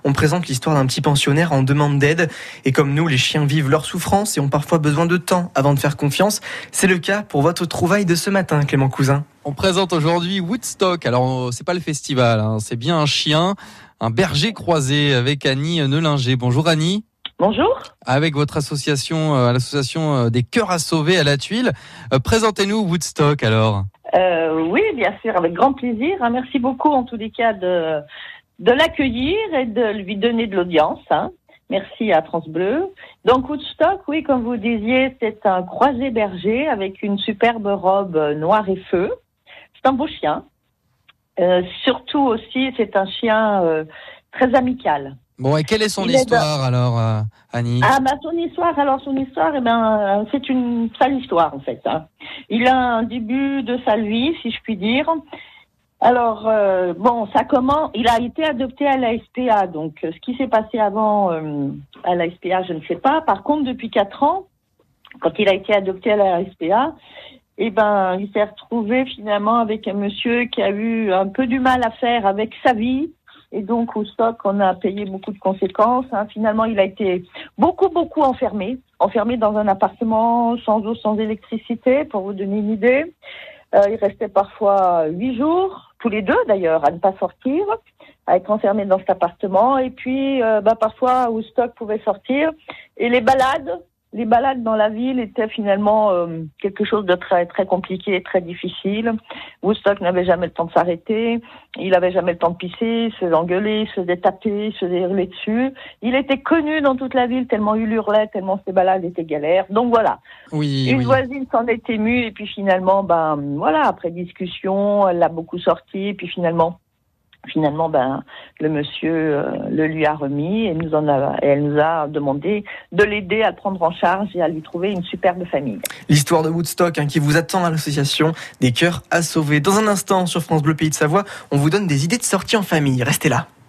On présente l'histoire d'un petit pensionnaire en demande d'aide. Et comme nous, les chiens vivent leur souffrance et ont parfois besoin de temps avant de faire confiance. C'est le cas pour votre trouvaille de ce matin, Clément Cousin. On présente aujourd'hui Woodstock. Alors, c'est pas le festival, c'est bien un chien, un berger croisé avec Annie Neulinger. Bonjour Annie. Bonjour. Avec votre association, l'association des Cœurs à sauver à la Tuile. Présentez-nous Woodstock alors. Oui, bien sûr, avec grand plaisir. Merci beaucoup en tous les cas de l'accueillir et de lui donner de l'audience. Merci à France Bleu. Donc Woodstock, oui, comme vous disiez, c'est un croisé berger avec une superbe robe noire et feu. C'est un beau chien. Surtout aussi, c'est un chien très amical. Bon, et quelle est son histoire alors, Annie ? Son histoire, c'est une sale histoire en fait. Il a un début de sale vie, si je puis dire. Alors, ça commence. Il a été adopté à la SPA, donc ce qui s'est passé avant à la SPA, je ne sais pas. Par contre, depuis 4 ans, quand il a été adopté à la SPA, il s'est retrouvé finalement avec un monsieur qui a eu un peu du mal à faire avec sa vie. Et donc, au stock, on a payé beaucoup de conséquences. Finalement, il a été beaucoup enfermé dans un appartement sans eau, sans électricité, pour vous donner une idée. Il restait parfois 8 jours, tous les deux d'ailleurs, à ne pas sortir, à être enfermé dans cet appartement. Et puis, parfois, Woodstock pouvait sortir. Et les balades dans la ville étaient finalement quelque chose de très très compliqué et très difficile. Woodstock n'avait jamais le temps de s'arrêter, il n'avait jamais le temps de pisser, se faisait engueuler, se faisait taper, se faisait hurler dessus. Il était connu dans toute la ville tellement il hurlait, tellement ses balades étaient galères. Donc voilà, une voisine s'en est émue et puis finalement, après discussion, elle l'a beaucoup sorti et puis finalement, le monsieur le lui a remis et elle nous a demandé de l'aider à le prendre en charge et à lui trouver une superbe famille. L'histoire de Woodstock qui vous attend à l'association des Cœurs à sauver. Dans un instant sur France Bleu Pays de Savoie, on vous donne des idées de sortie en famille. Restez là.